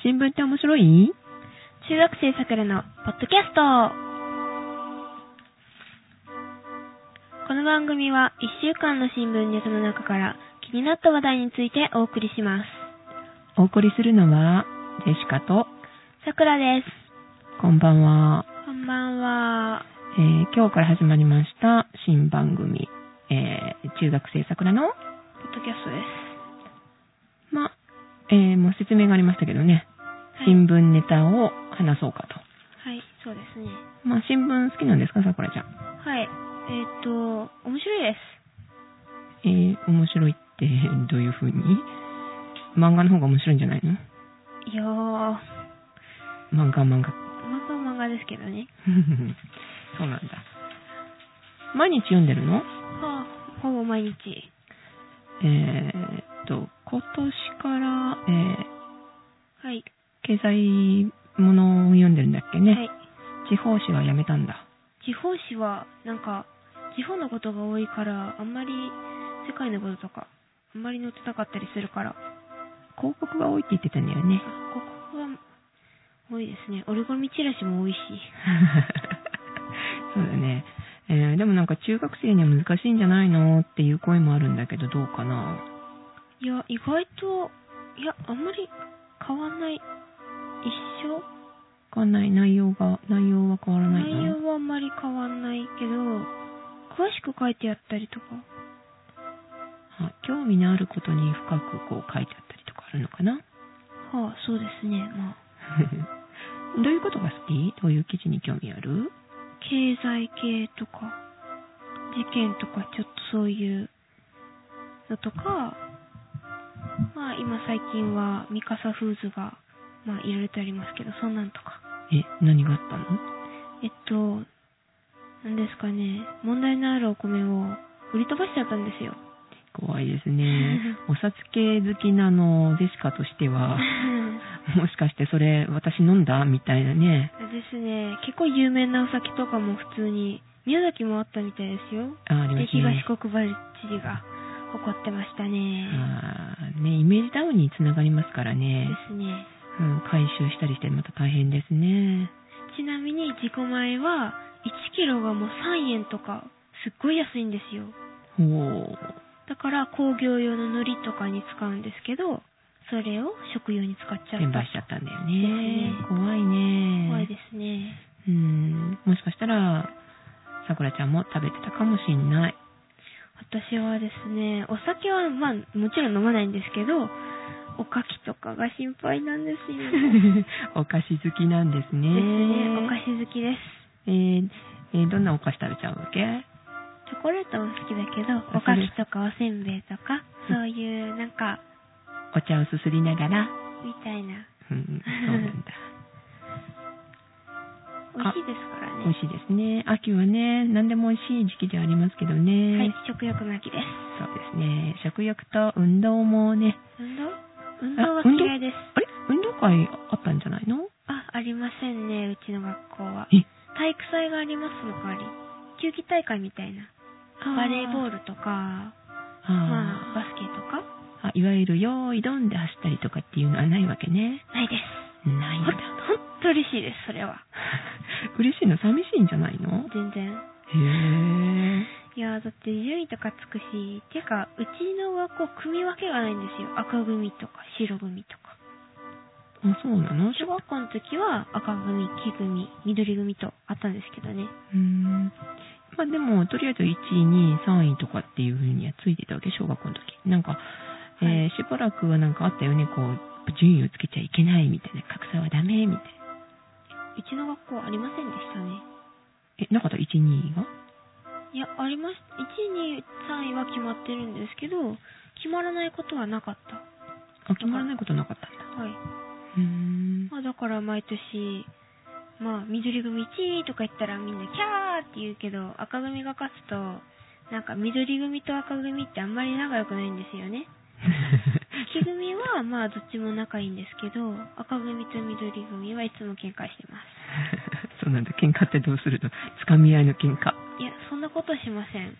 新聞って面白い？ 中学生さくらのポッドキャスト。この番組は1週間の新聞ネタの中から気になった話題についてお送りします。 お送りするのはジェシカとさくらです。 こんばんは。 こんばんは。 今日から始まりました新番組、中学生さくらのポッドキャストです。 もう説明がありましたけどね、はい、新聞ネタを話そうかと。 はい、そうですね。 新聞好きなんですか、さくらちゃん。 はい。面白いです。 面白いってどういう風に？漫画の方が面白いんじゃないの？ いやー。 漫画ですけどね。 そうなんだ。毎日読んでるの？ ほぼ毎日。 今年から、 はい。 経済ものを読んでるんだっけね。 はい。 地方紙はやめたんだ。 地方紙は、地方のことが多いから、あんまり世界のこととか、あんまり載ってなかったりするから。 広告が多いって言ってたんだよね。 広告は多いですね。折り込みチラシも多いし。 そうだね。でも中学生には難しいんじゃないのっていう声もあるんだけど、どうかな。 いや、意外と、あんまり変わんない。一緒？ 変わんない。内容は変わらないの？ 内容はあんまり変わんないけど、詳しく書いてあったりとか。 興味のあることに深く書いてあったりとかあるのかな？ そうですね。 どういうことが好き？どういう記事に興味ある？ 経済系とか、事件とか、ちょっとそういうのとか、今最近はミカサフーズが、いろいろとありますけど、そんなんとか。 何があったの？ なんですかね、問題のあるお米を売り飛ばしちゃったんですよ。 怖いですね。お札系好きなジェシカとしては、もしかしてそれ私飲んだみたいなね。 ですね。結構有名なお酒とかも普通に、宮崎もあったみたいですよ。 ありましたね。 東国原知事が怒ってましたね。 イメージダウンにつながりますからね。 ですね。 回収したりしてまた大変ですね。 ちなみに自己米は1キロがもう3円とか、すっごい安いんですよ。だから工業用の海苔とかに使うんですけど、それを食用に使っちゃった。 転売しちゃったんだよね。怖いね。 怖いですね。 もしかしたらさくらちゃんも食べてたかもしんない。 私はですね、お酒はもちろん飲まないんですけど、おかきとかが心配なんですよ。 お菓子好きなんですね。 ですね、お菓子好きです。 どんなお菓子食べちゃうわけ？ チョコレートも好きだけど、おかきとかおせんべいとか、そういうお茶をすすりながらみたいな。 そうなんだ。 美味しいですからね。 美味しいですね。秋はね、何でも美味しい時期でありますけどね。 はい、食欲の秋です。 そうですね。食欲と運動もね。 運動は嫌いです。 運動会あったんじゃないの？ ありませんね、うちの学校は。体育祭がありますの代わり。球技大会みたいな。バレーボールとか、バスケとか。 いわゆる用意ドンで走ったりとかっていうのはないわけね。 ないです。 ないんだ。 ほんと嬉しいです、それは。 嬉しいの？寂しいんじゃないの？ 全然。いや、だって順位とかつくし、てか、うちの学校組み分けがないんですよ。赤組とか白組とか。 そうなの？ 小学校の時は赤組、黄組、緑組とあったんですけどね。 でも、とりあえず1位、2位、3位とかっていう風にはついてたわけ、小学校の時。しばらくはあったよね、順位をつけちゃいけないみたいな、格差はダメみたいな。 うちの学校ありませんでしたね。 なかった ?1、2位が？ いや、ありました。1位、2位、3位は決まってるんですけど、決まらないことはなかった。 決まらないことなかったんだ。 はい。だから毎年、緑組1位とか言ったらみんなキャーって言うけど、赤組が勝つと、緑組と赤組ってあんまり仲良くないんですよね。黄組はどっちも仲いいんですけど、赤組と緑組はいつも喧嘩してます。 そうなんだ。喧嘩ってどうするの？つかみ合いの喧嘩。 いや、そんなことしません。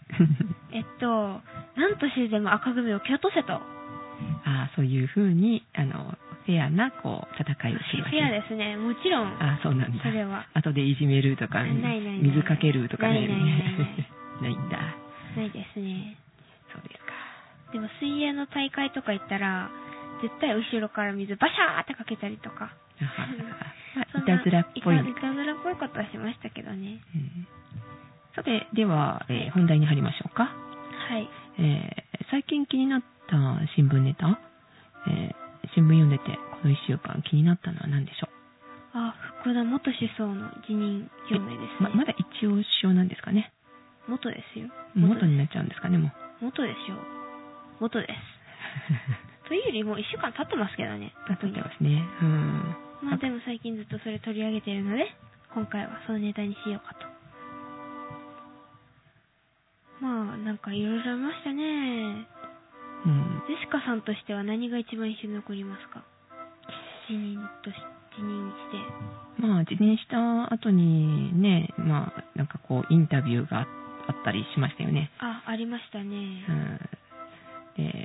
なんとしてでも赤組を蹴落とせと。 そういう風に、 フェアなこう戦いをするわけ。 フェアですね。もちろん。 あ、そうなんだ。 それは。 後でいじめるとか、 ない水かけるとかね。 ないんだ。 ないですね。 そうですか。 でも水泳の大会とか行ったら、絶対後ろから水バシャーってかけたりとか。 いたずらっぽい。 いたずらっぽいことはしましたけどね。 さて、では、本題に入りましょうか。 はい。 最近気になった新聞ネタ、新聞読んでて、この1週間気になったのは何でしょう？ 福田元首相の辞任表明ですね。 まだ一応首相なんですかね。 元ですよ。 元になっちゃうんですかね、もう。 元ですよ。元です。というよりもう1週間経ってますけどね。 経ってますね。 まあでも最近ずっとそれ取り上げているので、今回はそのネタにしようかと。まあなんかいろいろありましたね。ジェシカさんとしては何が一番印象に残りますか？辞任して。 まあ辞任した後にね、まあなんかこうインタビューがあったりしましたよね。 ありましたね。 で、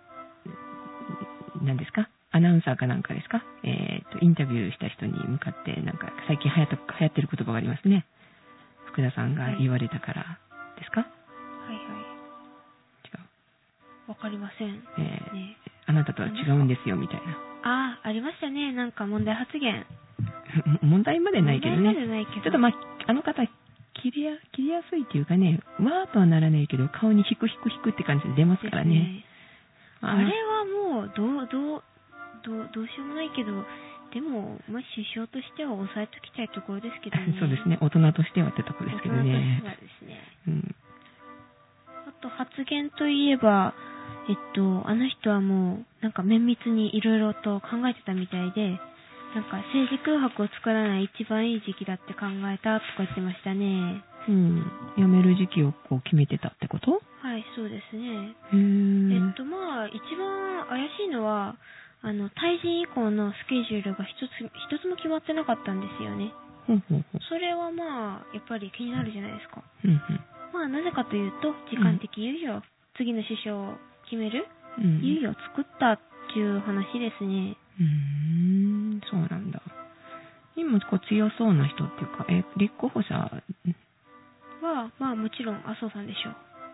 何ですか？アナウンサーかなんかですか？インタビューした人に向かってなんか最近流行ってる言葉がありますね。福田さんが言われたからですか？ はいはい。 違う。 わかりません。 あなたとは違うんですよみたいな。ありましたね。なんか問題発言。 問題までないけどね。 ちょっとあの方切りやすいっていうかね、わーとはならないけど顔にヒクって感じで出ますからね。 あれはもうどうしようもないけど、でも首相としては抑えときたいところですけどね。 そうですね。大人としてはってところですけどね。 大人としてはですね。あと発言といえば、あの人はもうなんか綿密にいろいろと考えてたみたいで、なんか政治空白を作らない一番いい時期だって考えたとか言ってましたね。 辞める時期をこう決めてたってこと？ はい、そうですね。まあ一番怪しいのは退陣以降のスケジュールが一つも決まってなかったんですよね。それはまあやっぱり気になるじゃないですか。まあなぜかというと時間的猶予、次の首相を決める猶予を作ったっていう話ですね。 そうなんだ。今こう強そうな人っていうか、立候補者はまあもちろん麻生さんでしょう。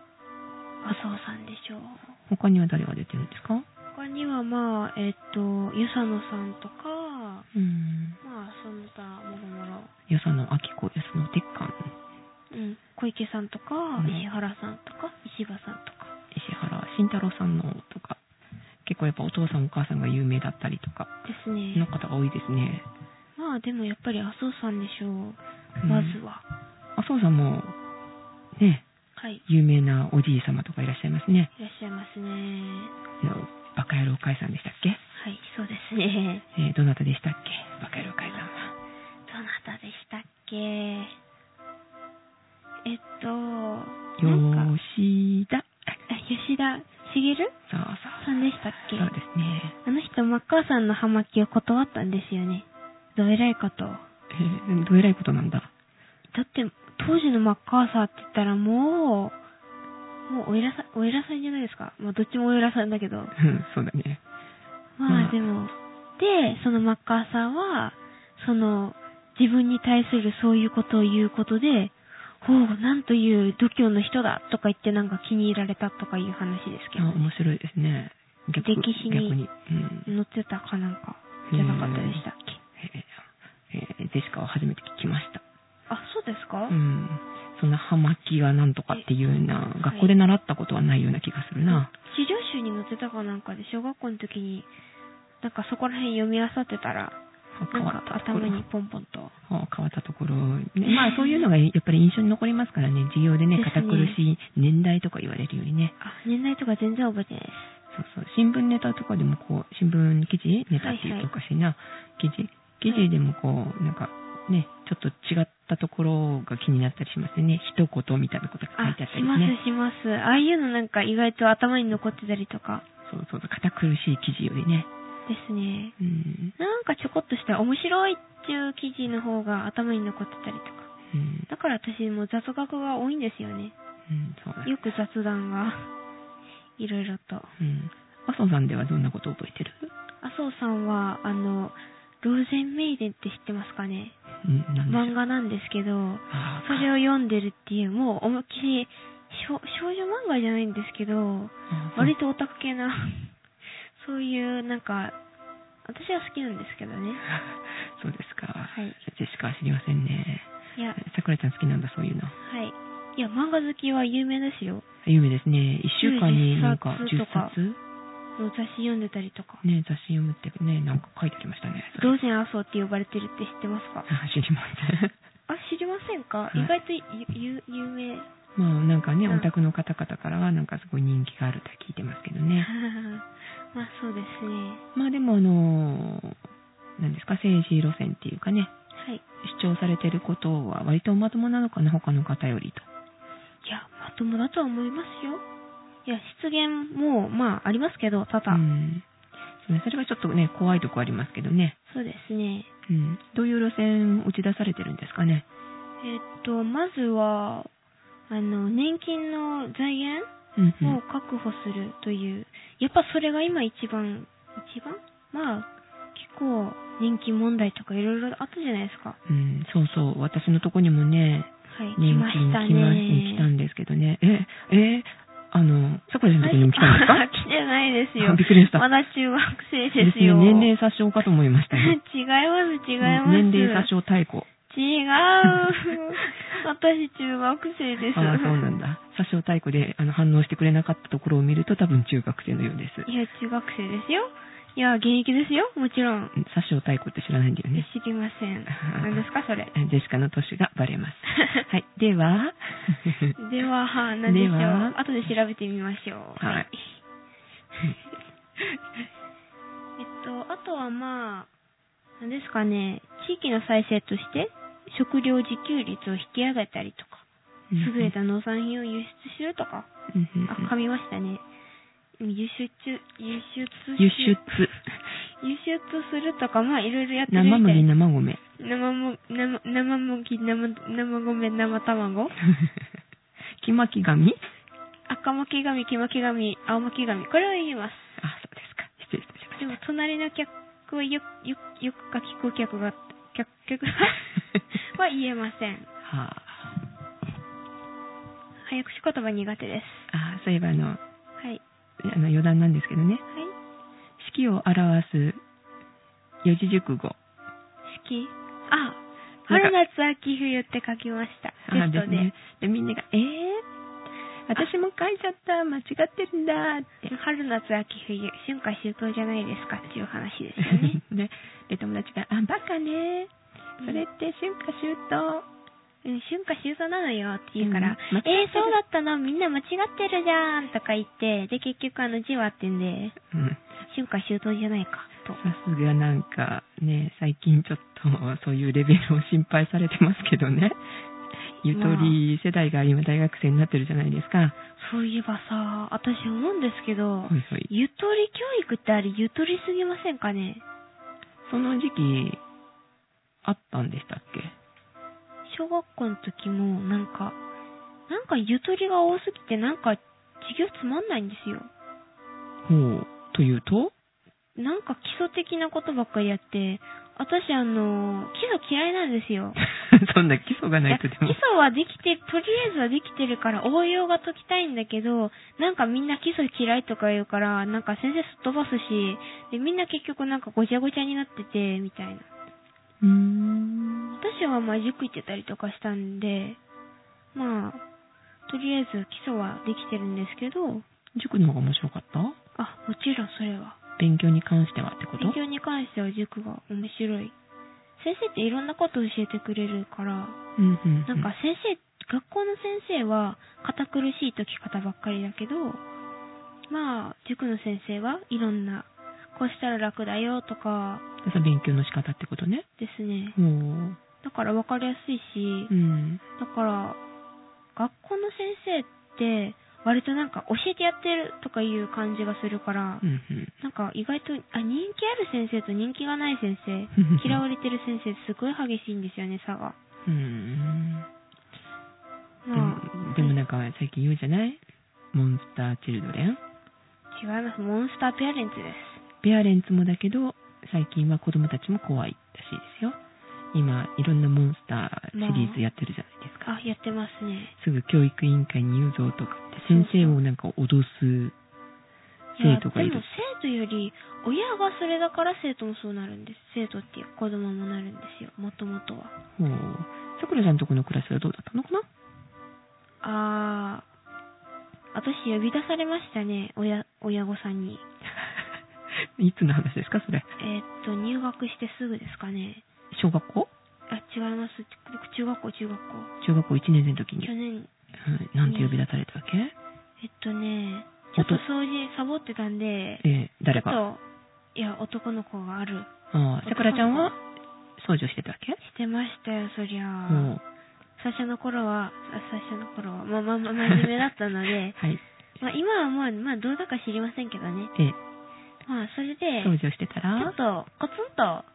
他には誰が出てるんですか？ 他にはまあ与謝野さんとか、まあその他もろもろ。 与謝野明子、与謝野鉄幹。 小池さんとか、石原さんとか、石破さんとか。 石原慎太郎さんのとか、結構やっぱお父さんお母さんが有名だったりとかですね。 の方が多いですね。 まあでもやっぱり麻生さんでしょう。まずは。 麻生さんもね、有名なおじい様とかいらっしゃいますね。 いらっしゃいますね。 バカ野郎解散でしたっけ？ はい、そうですね。 どなたでしたっけ？バカ野郎解散は。 どなたでしたっけ？吉田茂さんでしたっけ？ そうですね。 あの人マッカーサーの葉巻を断ったんですよね。どえらいこと。 どえらいことなんだ。 だって当時のマッカーサーって言ったらもうお偉さんじゃないですか。まあどっちもお偉さんだけど。 そうだね。 まあでも、そのマッカーサーは自分に対するそういうことを言うことで、なんという度胸の人だとか言ってなんか気に入られたとかいう話ですけど、 面白いですね。 歴史に載ってたかなんかじゃなかったでしたっけ？ ジェシカは初めて聞きました。 そうですか？ そんな葉巻がなんとかっていうような学校で習ったことはないような気がするな。 資料集に載ってたかなんかで小学校の時になんかそこら辺読み漁ってたらなんか頭にポンポンと変わったところ、まあそういうのがやっぱり印象に残りますからね。授業でね、堅苦しい年代とか言われるよりね。 年代とか全然覚えてないです。 そう新聞ネタとかでもこう新聞記事ネタっていうとおかしいな、記事でもこうなんかね、ちょっと違ったところが気になったりしますよね。一言みたいなことが書いてあったりね。 します。ああいうのなんか意外と頭に残ってたりとか。 そう堅苦しい記事よりね。 ですね。なんかちょこっとした面白いっていう記事の方が頭に残ってたりとか。だから私も雑学が多いんですよね。 そうだ。 よく雑談がいろいろと。 麻生さんではどんなことを覚えてる？ 麻生さんは、ローゼンメイデンって知ってますかね？漫画なんですけど、それを読んでるっていう、もう思いっきり少女漫画じゃないんですけど、割とオタク系な、そういうなんか、私は好きなんですけどね。 そうですか。 はい。 ジェシカは知りませんね。 いや、 さくらちゃん好きなんだ、そういうの。 はい。いや、漫画好きは有名ですよ。 有名ですね。1週間になんか10冊雑誌読んでたりとか。 ね、雑誌読むってね、なんか書いてありましたね。 ローゼン麻生って呼ばれてるって知ってますか？ 知りません。 あ、知りませんか？意外と有名。 まあなんかね、オタクの方々からはなんかすごい人気があると聞いてますけどね。 まあそうですね。 まあでも何ですか、政治路線っていうかね、 はい、 主張されてることは割とまともなのかな、他の方よりと。 いや、まともだとは思いますよ。いや、失言もまあありますけど、ただ。 それはちょっとね、怖いとこありますけどね。 そうですね。 どういう路線打ち出されてるんですかね。 まずは、年金の財源を確保するという、やっぱそれが今一番まあ、結構年金問題とかいろいろあったじゃないですか。 そうそう、私のとこにもね、 はい、 年金来たんですけどね。さくらちゃんのとこにも来たんですか？ 来てないですよ。 びっくりした。 まだ中学生ですよ。 年齢詐称かと思いましたね。 違います。 年齢詐称太鼓。 違う。私中学生です。 ああ、そうなんだ。詐称太鼓で反応してくれなかったところを見ると多分中学生のようです。 いや、中学生ですよ。いや、現役ですよ。もちろん。 詐称太鼓って知らないんだよね。 知りません。何ですか、それ。 ジェシカの年がバレます。はい。では何でしょう。後で調べてみましょう。 はい。 あとはまあ、何ですかね、地域の再生として、食料自給率を引き上げたりとか、優れた農産品を輸出するとか、噛みましたね。輸出するとか、まあいろいろやってるみたい。 生麦、生米。 生米、生卵黄巻き紙？ 赤巻き紙、黄巻き紙、青巻き紙。これは言います。 あ、そうですか。失礼しました。 でも隣の客はよく聞く客は言えません。 はあ。 早口言葉苦手です。 あ、そういえばはい。 余談なんですけどね。 はい。 四季を表す四字熟語。 四季？あ、春夏秋冬って書きました。テストで。 ね、でみんなが私も書いちゃった、間違ってるんだって。 春夏秋冬、春夏秋冬じゃないですかっていう話ですよね。 で友達が、バカね。それって春夏秋冬。 春夏秋冬なのよって言うから、そうだったの、みんな間違ってるじゃんとか言って、で、結局字はってんで、春夏秋冬じゃないかと。 さすがなんかね、最近ちょっとそういうレベルを心配されてますけどね。ゆとり世代が今大学生になってるじゃないですか。 そういえばさ、私思うんですけど、ゆとり教育ってあれゆとりすぎませんかね？ その時期、あったんでしたっけ？ 小学校の時もなんかゆとりが多すぎて授業つまんないんですよ。 ほう、というと？ なんか基礎的なことばっかりやって、私基礎嫌いなんですよ。 そんな基礎がないとでも。 基礎はとりあえずはできてるから応用が解きたいんだけど、みんな基礎嫌いとか言うから、先生すっ飛ばすし、で、みんな結局ごちゃごちゃになってて、みたいな。私は塾行ってたりとかしたんで、とりあえず基礎はできてるんですけど。 塾の方が面白かった？ もちろんそれは。 勉強に関してはってこと？ 勉強に関しては塾が面白い。先生っていろんなことを教えてくれるから、学校の先生は堅苦しい解き方ばっかりだけど、塾の先生はいろんな、こうしたら楽だよとか。 勉強の仕方ってことね。 ですね。だから分かりやすいし、だから、学校の先生って、割と教えてやってるとかいう感じがするから、意外と、人気ある先生と人気がない先生、嫌われてる先生すごい激しいんですよね、差が。 でも最近言うじゃない？モンスターチルドレン？ 違います、モンスターペアレンツです。 ペアレンツもだけど、最近は子供たちも怖いらしいですよ。今、いろんなモンスターシリーズやってるじゃないですか。 やってますね。 すぐ教育委員会に言うぞとかって、先生をなんか脅す生徒がいる。 でも生徒より、親がそれだから生徒もそうなるんです。生徒っていう子供もなるんですよ、もともとは。 ほう。さくらちゃんとこのクラスはどうだったのかな？ 私呼び出されましたね、親御さんに。 いつの話ですか、それ。 入学してすぐですかね。 小学校？ 違います。中学校。 中学校1年生の時に。 去年。 なんて呼び出されたわけ？ ちょっと掃除サボってたんで。 誰が？ 男の子がある。 さくらちゃんは掃除をしてたわけ？ してましたよ、そりゃ。最初の頃は、真面目だったので、 はい。 今はもう、どうだか知りませんけどね。それで、 掃除をしてたら、 ちょっと、コツンと、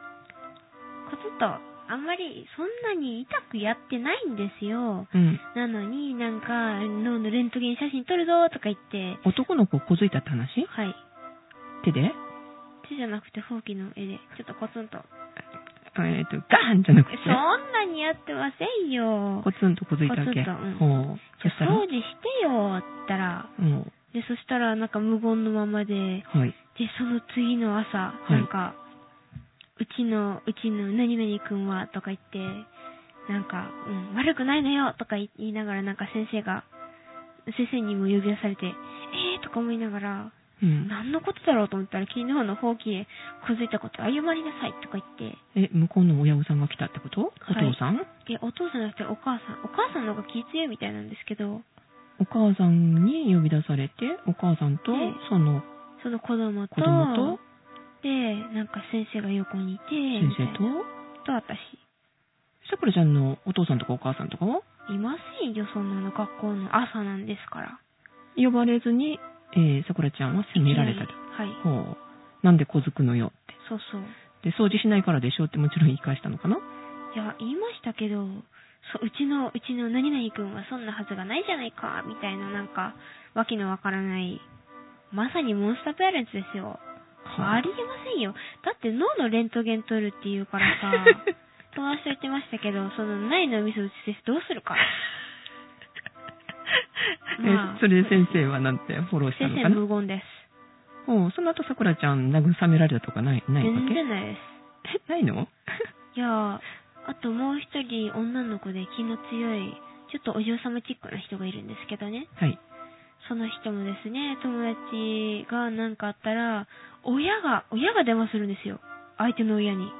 あんまりそんなに痛くやってないんですよ。なのになんか、脳のレントゲン写真撮るぞとか言って。 男の子をこづいたって話？ はい。 手で？ 手じゃなくて、ほうきの絵で、ちょっとコツンと。 ガーンじゃなくて。 そんなにやってませんよ。 コツンとこづいたわけ。 そしたら掃除してよって言ったら、で、そしたらなんか無言のままで、で、その次の朝、なんか、うちの何々くんはとか言って、なんか、悪くないのよとか言いながら、なんか先生にも呼び出されて、とか思いながら、何のことだろうと思ったら、昨日のほうきでこづいたこと謝りなさいとか言って。 向こうの親御さんが来たってこと？お父さん？ お父さんじゃなくてお母さん。お母さんの方が気強いみたいなんですけど。 お母さんに呼び出されて、お母さんと、その子供と、で、なんか先生が横にいて、 先生と私。 さくらちゃんのお父さんとかお母さんとかはいませんよ、そんなの。学校の朝なんですから。 呼ばれずに、さくらちゃんは責められたり。 はい。 なんで小づくのよって。 そう。 で、掃除しないからでしょってもちろん言い返したのかな？ 言いましたけど、うちの何々くんはそんなはずがないじゃないか、みたいななんか、わけのわからない、まさにモンスターペアレンツですよ。ありえませんよ。だって脳のレントゲン取るっていうからさ、友達と言ってましたけど、そのない脳みそ移してどうするか。 それで先生はなんてフォローしたのかな？ 先生無言です。 その後さくらちゃん慰められたとかないわけ？ 全然ないです。 ないの？ あともう一人女の子で気の強い、ちょっとお嬢様チックな人がいるんですけどね。 はい。 その人もですね、友達が何かあったら、親が電話するんですよ。相手の親に。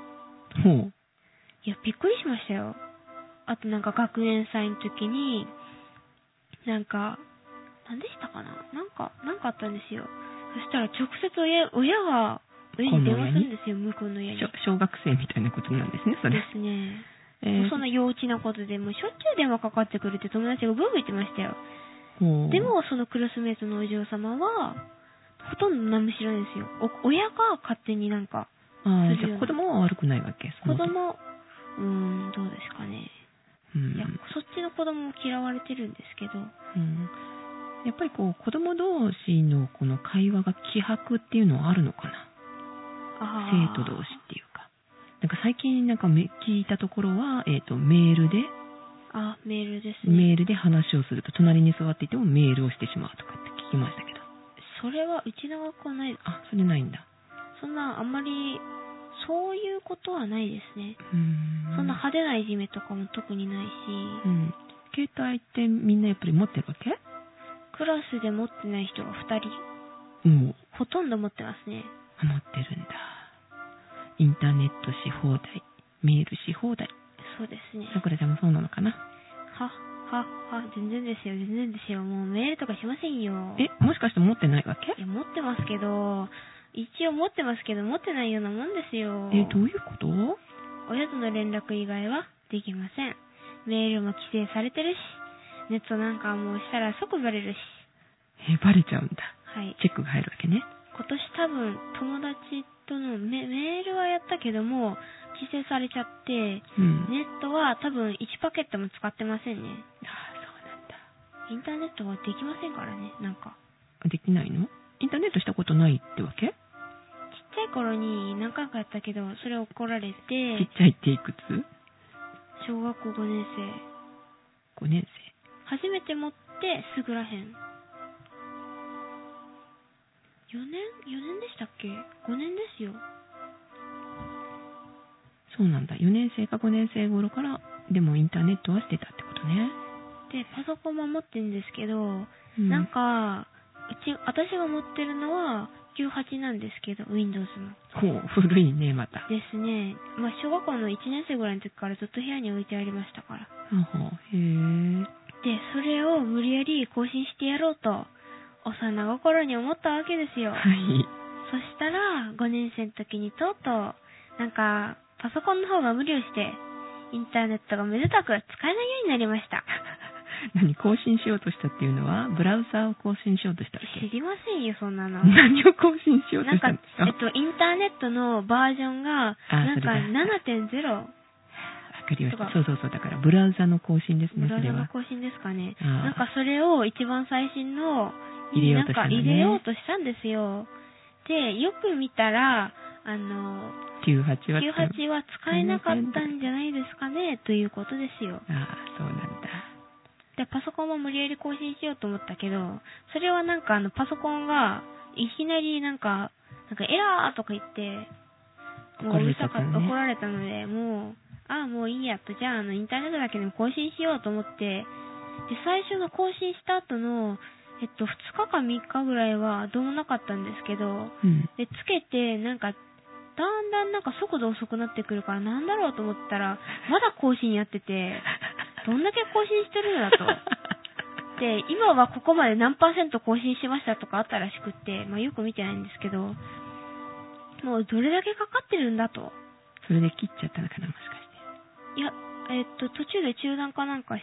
びっくりしましたよ。あとなんか学園祭の時に、なんでしたかな？なんかあったんですよ。そしたら直接親が上に電話するんですよ、向こうの親に。 小学生みたいなことなんですね、それ。 ですね。そんな幼稚なことでもうしょっちゅう電話かかってくるって友達がブーブー言ってましたよ。でも、そのクラスメートのお嬢様は、ほとんど何も知らないんですよ。親が勝手になんか。 じゃあ子供は悪くないわけ？ 子供、どうですかね。そっちの子供も嫌われてるんですけど。 やっぱり子供同士のこの会話が希薄っていうのはあるのかな？生徒同士っていうか。なんか最近なんか聞いたところは、メールで。 メールですね。 メールで話をすると、隣に座っていてもメールをしてしまうとかって聞きましたけど。 それはうちの学校ないです。 それないんだ。 そんな、あんまり、そういうことはないですね。そんな派手ないじめとかも特にないし。 携帯ってみんなやっぱり持ってるわけ？ クラスで持ってない人が2人。ほとんど持ってますね。 持ってるんだ。インターネットし放題、メールし放題。 そうですね。 さくらちゃんもそうなのかな？ 全然ですよ。もうメールとかしませんよ。 もしかして持ってないわけ？ 持ってますけど、一応持ってますけど、持ってないようなもんですよ。 どういうこと？ 親との連絡以外はできません。メールも規制されてるし、ネットなんかもうしたら即バレるし。 バレちゃうんだ。 はい。 チェックが入るわけね。 今年多分友達とのメールはやったけども、規制されちゃって、ネットは多分1パケットも使ってませんね。そうなんだ。インターネットはできませんからね、なんか。 できないの？インターネットしたことないってわけ？ い頃に何回かやったけど、それ怒られちて、 っちゃいっていくつ？ 小学校5年生。 5年初めて持ってすぐらへん。4年でしたっけ？ 5 年ですよ。 そうなんだ。4年生か5年生頃から、でもインターネットはしてたってことね。 で、パソコンも持ってるんですけど、 うんなんか、私が持ってるのは98なんですけど、Windows の。 ほう、古いね、また。 ですね。まあ、小学校の1年生ぐらいの時からずっと部屋に置いてありましたから。 ほう、へえ。 で、それを無理やり更新してやろうと、幼心に思ったわけですよ。 はい。 そしたら、5年生の時にとうとう、なんか、パソコンの方が無理をして、インターネットがめでたく使えないようになりました。 何、更新しようとしたっていうのは、ブラウザーを更新しようとしたっけ？ 知りませんよ、そんなの。 何を更新しようとなんか、 したんですか？ インターネットのバージョンが、なんか 7.0。 わかりました。そうそうそう。だから、ブラウザの更新ですね、 ブラウザそれは。 の更新ですかね。 ああなんかそれを一番最新の入れようなんとしたのねか入れようとしたんですよ。で、よく見たら、 98は 98は使えなかったんじゃないですかね、ということですよ。 ああ、そうなんだ。 で、パソコンも無理やり更新しようと思ったけど、それはなんかパソコンがいきなりなんかエラーとか言って、もううるさかった、怒られたので、もういいやと、じゃあインターネットだけでも更新しようと思って、で、最初の更新した後の、2日か3日ぐらいはどうもなかったんですけど、 うん。 で、つけて、なんか、だんだんなんか速度遅くなってくるからなんだろうと思ったら、まだ更新やってて、どんだけ更新してるんだと。で、今はここまで何%更新しましたとかあったらしくって、まあよく見てないんですけど、もうどれだけかかってるんだと。 それで切っちゃったのかな、もしかして。 いや、途中で中断かなんかして、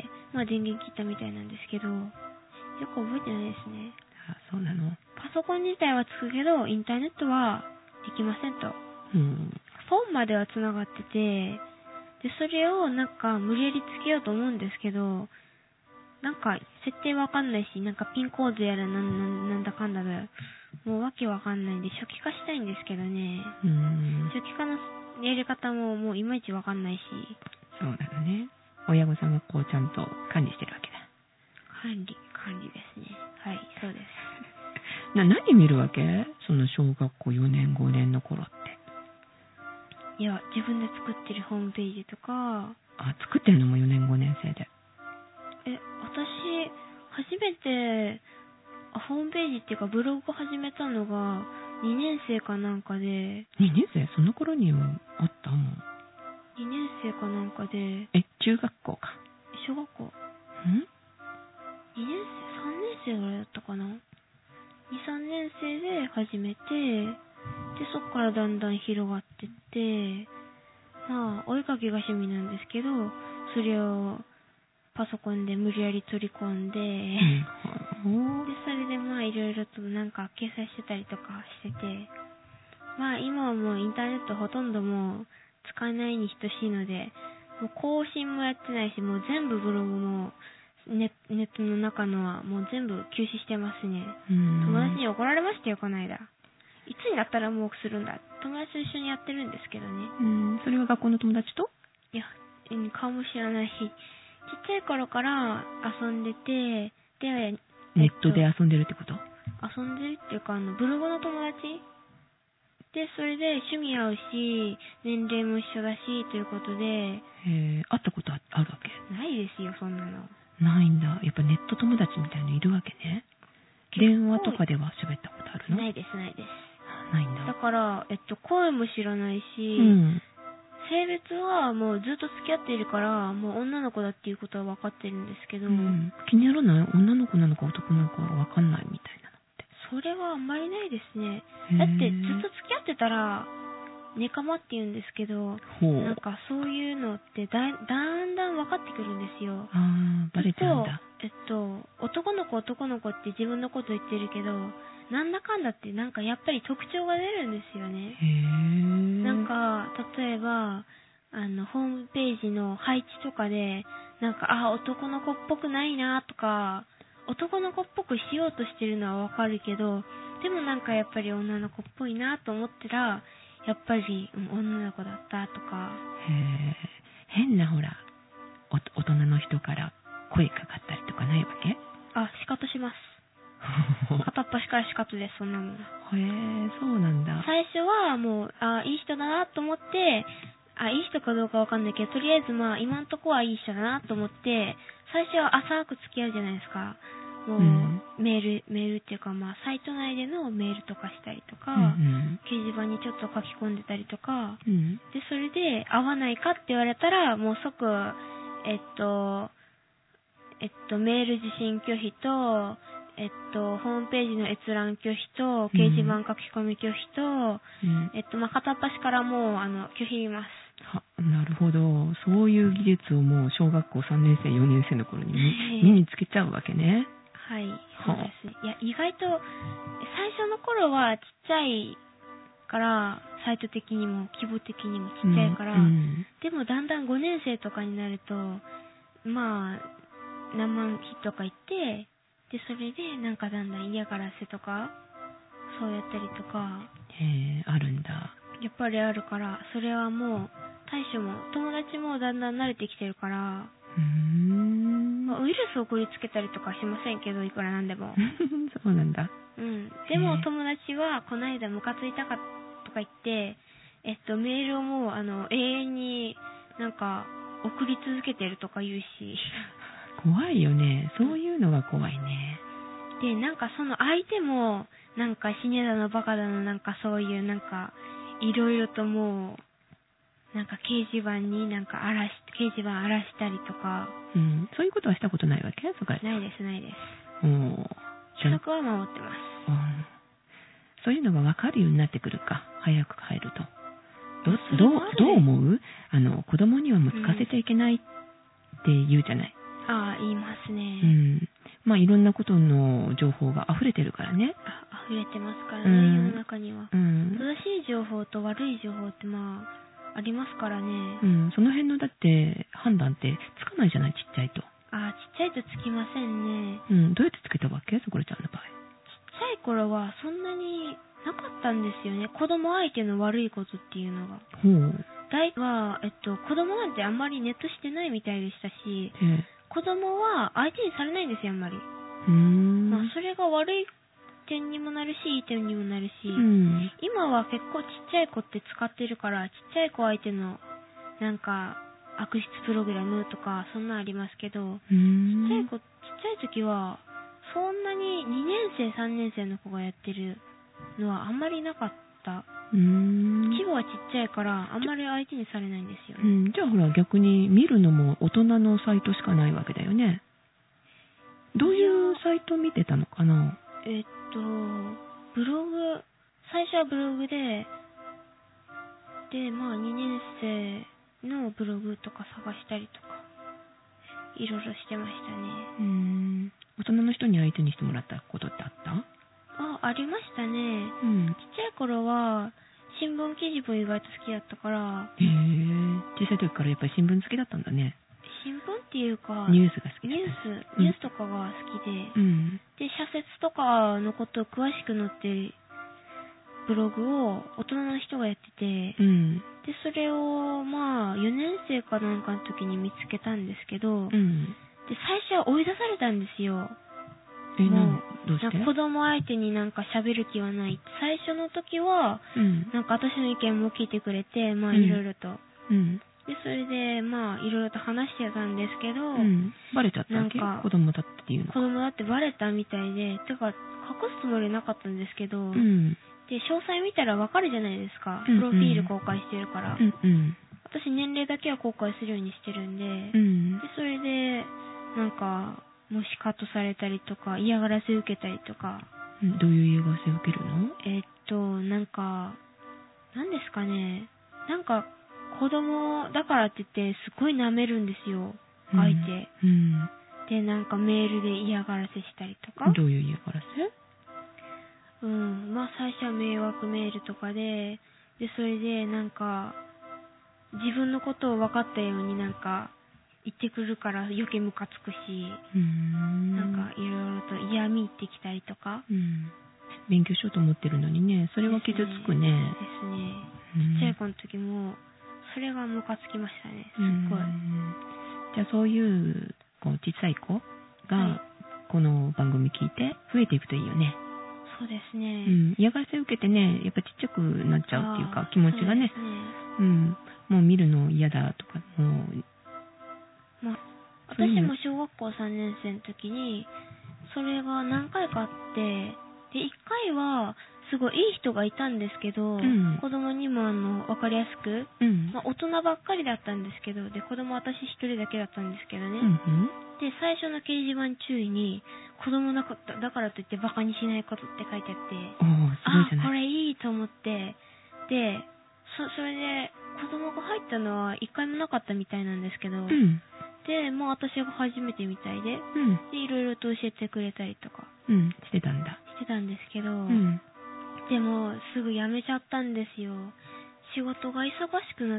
まあ電源切ったみたいなんですけど、よく覚えてないですね。 あ、そうなの。 パソコン自体はつくけど、インターネットはできませんと。 うん。 フォンまでは繋がってて、で、それをなんか無理やりつけようと思うんですけど、なんか設定わかんないし、なんかピンコードやらなんだかんだで、もうわけわかんないんで初期化したいんですけどね。初期化のやり方ももういまいちわかんないし。 そうなのね。親御さんがこうちゃんと管理してるわけだ。 管理ですね。はい、そうです。 何見るわけ？その小学校4年5年の頃って。 いや、自分で作ってるホームページとか。 あ、作ってるのも4年5年生で。 私、初めて、ホームページっていうかブログ始めたのが2年生かなんかで。 2年生？その頃にもあったもん。 2年生かなんかで。 中学校か。 小学校。2年生、3年生ぐらいだったかな。2、3年生で始めて、で、そっからだんだん広がってって、まあ、お絵かきが趣味なんですけど、それをパソコンで無理やり取り込んで、で、それでまあ、いろいろとなんか掲載してたりとかしてて、まあ、今はもうインターネットほとんどもう使えないに等しいので、もう更新もやってないし、もう全部ブログも、ネットの中のはもう全部休止してますね。友達に怒られましたよ、この間。いつになったらもうするんだ。友達と一緒にやってるんですけどね。 それは学校の友達と？ いや、顔も知らないし、ちっちゃい頃から遊んでて、で、 ネットで遊んでるってこと？ 遊んでるっていうか、ブログの友達で、それで趣味合うし、年齢も一緒だし、ということで。 会ったことあるわけ？ ないですよ、そんなの。 ないんだ。やっぱネット友達みたいのいるわけね。電話とかでは喋ったことあるの？ ないです。ないんだ。だから、声も知らないし、性別はもうずっと付き合っているから、もう女の子だっていうことは分かってるんですけど。 気にならない？女の子なのか男の子か分かんないみたいなのって。 それはあんまりないですね。だってずっと付き合ってたら、ネカマって言うんですけど、なんかそういうのってだんだん分かってくるんですよ。 バレちゃうんだ。 男の子って自分のこと言ってるけど、なんだかんだってなんかやっぱり特徴が出るんですよね。なんか、例えば、ホームページの配置とかで、なんか、男の子っぽくないなとか、男の子っぽくしようとしてるのはわかるけど、 でもなんかやっぱり女の子っぽいなと思ったら、やっぱり、女の子だったとか。 変なほら、大人の人から声かかったりとかないわけ？ あ、シカトします。片っ端からシカトです、そんなもん。 そうなんだ。 最初はもう、いい人だなと思って、いい人かどうかわかんないけど、とりあえずまあ、今んとこはいい人だなと思って、最初は浅く付き合うじゃないですか。もう、メールっていうかまあ、サイト内でのメールとかしたりとか、掲示板にちょっと書き込んでたりとか、で、それで、会わないかって言われたら、もう即、メール受信拒否と、ホームページの閲覧拒否と、掲示板書き込み拒否と、まあ、片っ端からもう、拒否ます。 なるほど。そういう技術をもう小学校3年生、4年生の頃に身につけちゃうわけね。 はい、そうですね。いや、意外と、最初の頃はちっちゃいから、サイト的にも、規模的にもちっちゃいから、でもだんだん5年生とかになると、まあ、何万人とか行って、で、それでなんかだんだん嫌がらせとか、そうやったりとか。 あるんだ。 やっぱりあるから、それはもう、対処も、友達もだんだん慣れてきてるから、まあ、ウイルスを送りつけたりとかしませんけど、いくらなんでも。 そうなんだ。 でも友達は、この間ムカついたかとか言って、メールをもう、永遠になんか、送り続けてるとか言うし。 怖いよね。そういうのが怖いね。 で、なんかその相手も、なんか死ねだのバカだの、なんかそういうなんか、いろいろともう、なんか掲示板になんか掲示板荒らしたりとか。 そういうことはしたことないわけ？そこらないです、ないです。規則は守ってます。 そういうのが分かるようになってくるか。早く帰ると。どう思う？子供にはもう使わせちゃいけないって言うじゃない。 言いますね。 まあいろんなことの情報が溢れてるからね。 溢れてますからね、世の中には。正しい情報と悪い情報ってまあ、ありますからね。 その辺のだって判断ってつかないじゃない、ちっちゃいと。 ちっちゃいとつきませんね。 どうやってつけたわけ？そこらちゃんの場合。 ちっちゃい頃はそんなになかったんですよね。子供相手の悪いことっていうのが。子供なんてあんまりネットしてないみたいでしたし、子供は相手にされないんですよ、あんまり。まあ、それが悪い点にもなるし、いい点にもなるし、今は結構ちっちゃい子って使ってるから、ちっちゃい子相手の、なんか、悪質プログラムとか、そんなありますけど、ちっちゃい時は、そんなに2年生、3年生の子がやってるのはあんまりなかった。規模はちっちゃいから、あんまり相手にされないんですよね。 じゃあほら逆に見るのも大人のサイトしかないわけだよね。どういうサイト見てたのかな？ ブログ、最初はブログで、まあ2年生のブログとか探したりとか、いろいろしてましたね。 大人の人に相手にしてもらったことってあった？ ありましたね。ちっちゃい頃は、新聞記事も意外と好きだったから。 小さい時からやっぱり新聞好きだったんだね。 新聞っていうか、 ニュースが好きだった。 ニュースとかが好きで、で、社説とかのことを詳しく載ってるブログを大人の人がやってて、で、それをまあ、4年生かなんかの時に見つけたんですけど、で、最初は追い出されたんですよ。 どうして？ 子供相手になんか喋る気はない。最初の時は、なんか私の意見も聞いてくれて、まあいろいろと。で、それで、まあいろいろと話してたんですけど、 バレちゃったわけ？子供だっていうの。 子供だってバレたみたいで、てか、隠すつもりなかったんですけど、で、詳細見たらわかるじゃないですか。プロフィール公開してるから。私年齢だけは公開するようにしてるんで、で、それで、なんか、もしカットされたりとか、嫌がらせ受けたりとか。 どういう嫌がらせ受けるの？ なんか、なんですかね。なんか、子供だからって言って、すごい舐めるんですよ。相手。で、なんかメールで嫌がらせしたりとか。 どういう嫌がらせ？ まあ最初は迷惑メールとかで、それでなんか、自分のことを分かったようになんか、言ってくるから余計ムカつくし、なんかいろいろと嫌味言ってきたりとか、 勉強しようと思ってるのにね、それは傷つくね。 ですね。ちっちゃい子の時も、それがムカつきましたね。すっごい。 じゃあそういうこう小さい子はがいこの番組聞いて増えていくといいよね。 そうですね。 嫌がらせ受けてね、やっぱちっちゃくなっちゃうっていうか気持ちがね、 そうですね。 もう見るの嫌だとか、もうまあ、 そういうの私も小学校3年生の時に、それが何回かあって、で、1回は、すごいいい人がいたんですけど、子供にもわかりやすく、まあ、大人ばっかりだったんですけど、で、子供私一人だけだったんですけどね。で、最初の掲示板注意に、子供だからといってバカにしないことって書いてあって、 すごいじゃない。 これいいと思って、で、それで、子供が入ったのは1回もなかったみたいなんですけど、で、もう私が初めてみたいで、で、いろいろと教えてくれたりとか、 してたんだ。 してたんですけど、でも、すぐ辞めちゃったんですよ。仕事が忙しくなって、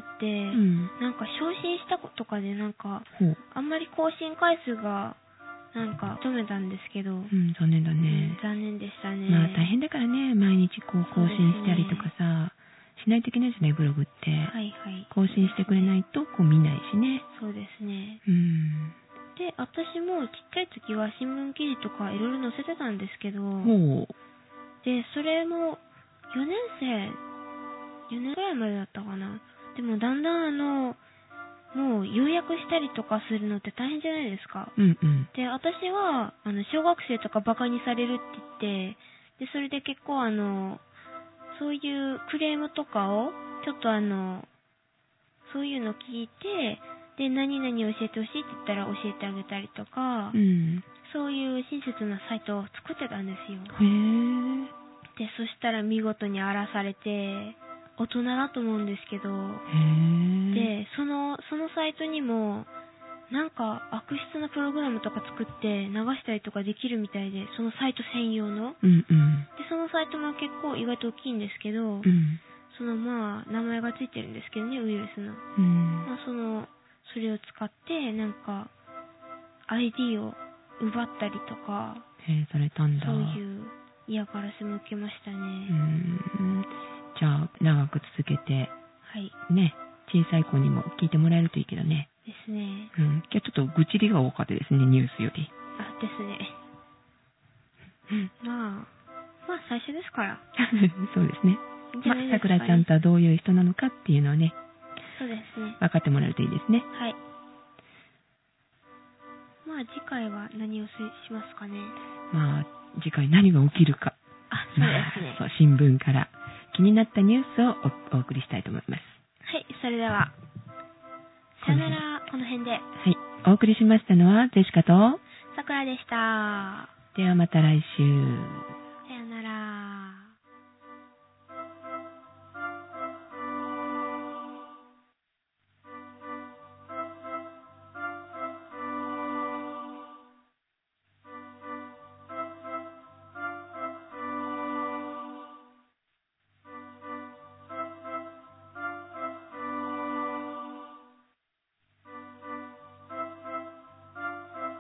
なんか昇進したとかでなんか、あんまり更新回数が、なんか止めたんですけど、 残念だね。 残念でしたね。 まあ大変だからね、毎日こう更新したりとかさ、しないといけないじゃない、ブログって。 はいはい。 更新してくれないとこう見ないしね。 そうですね。で、私もちっちゃい時は新聞記事とかいろいろ載せてたんですけど、で、それも4年ぐらいまでだったかな。でもだんだんもう要約したりとかするのって大変じゃないですか。で、私は、小学生とかバカにされるって言って、で、それで結構そういうクレームとかを、ちょっとそういうの聞いて、で、何々教えてほしいって言ったら教えてあげたりとか、そういう親切なサイトを作ってたんですよ。で、そしたら見事に荒らされて、大人だと思うんですけど、で、そのサイトにも、なんか悪質なプログラムとか作って流したりとかできるみたいで、そのサイト専用の。で、そのサイトも結構意外と大きいんですけど、まあ、名前がついてるんですけどね、ウイルスの。まあ、それを使って、なんか、ID を奪ったりとか、 されたんだ。 そういう嫌がらせも受けましたね。 じゃあ、長く続けて、ね、小さい子にも聞いてもらえるといいけどね。 ですね。 今日ちょっと愚痴りが多かったですね、ニュースより。 ですね。まあ、最初ですから。 そうですね。さくらちゃんとはどういう人なのかっていうのをね、 そうですね。 分かってもらえるといいですね。 はい。まあ、次回は何をしますかね。 まあ、次回何が起きるか。 そうですね。 そう、新聞から気になったニュースをお送りしたいと思います。 はい、それでは、さよなら、この辺で。 はい、お送りしましたのは、ジェシカと、 さくらでした。 ではまた来週。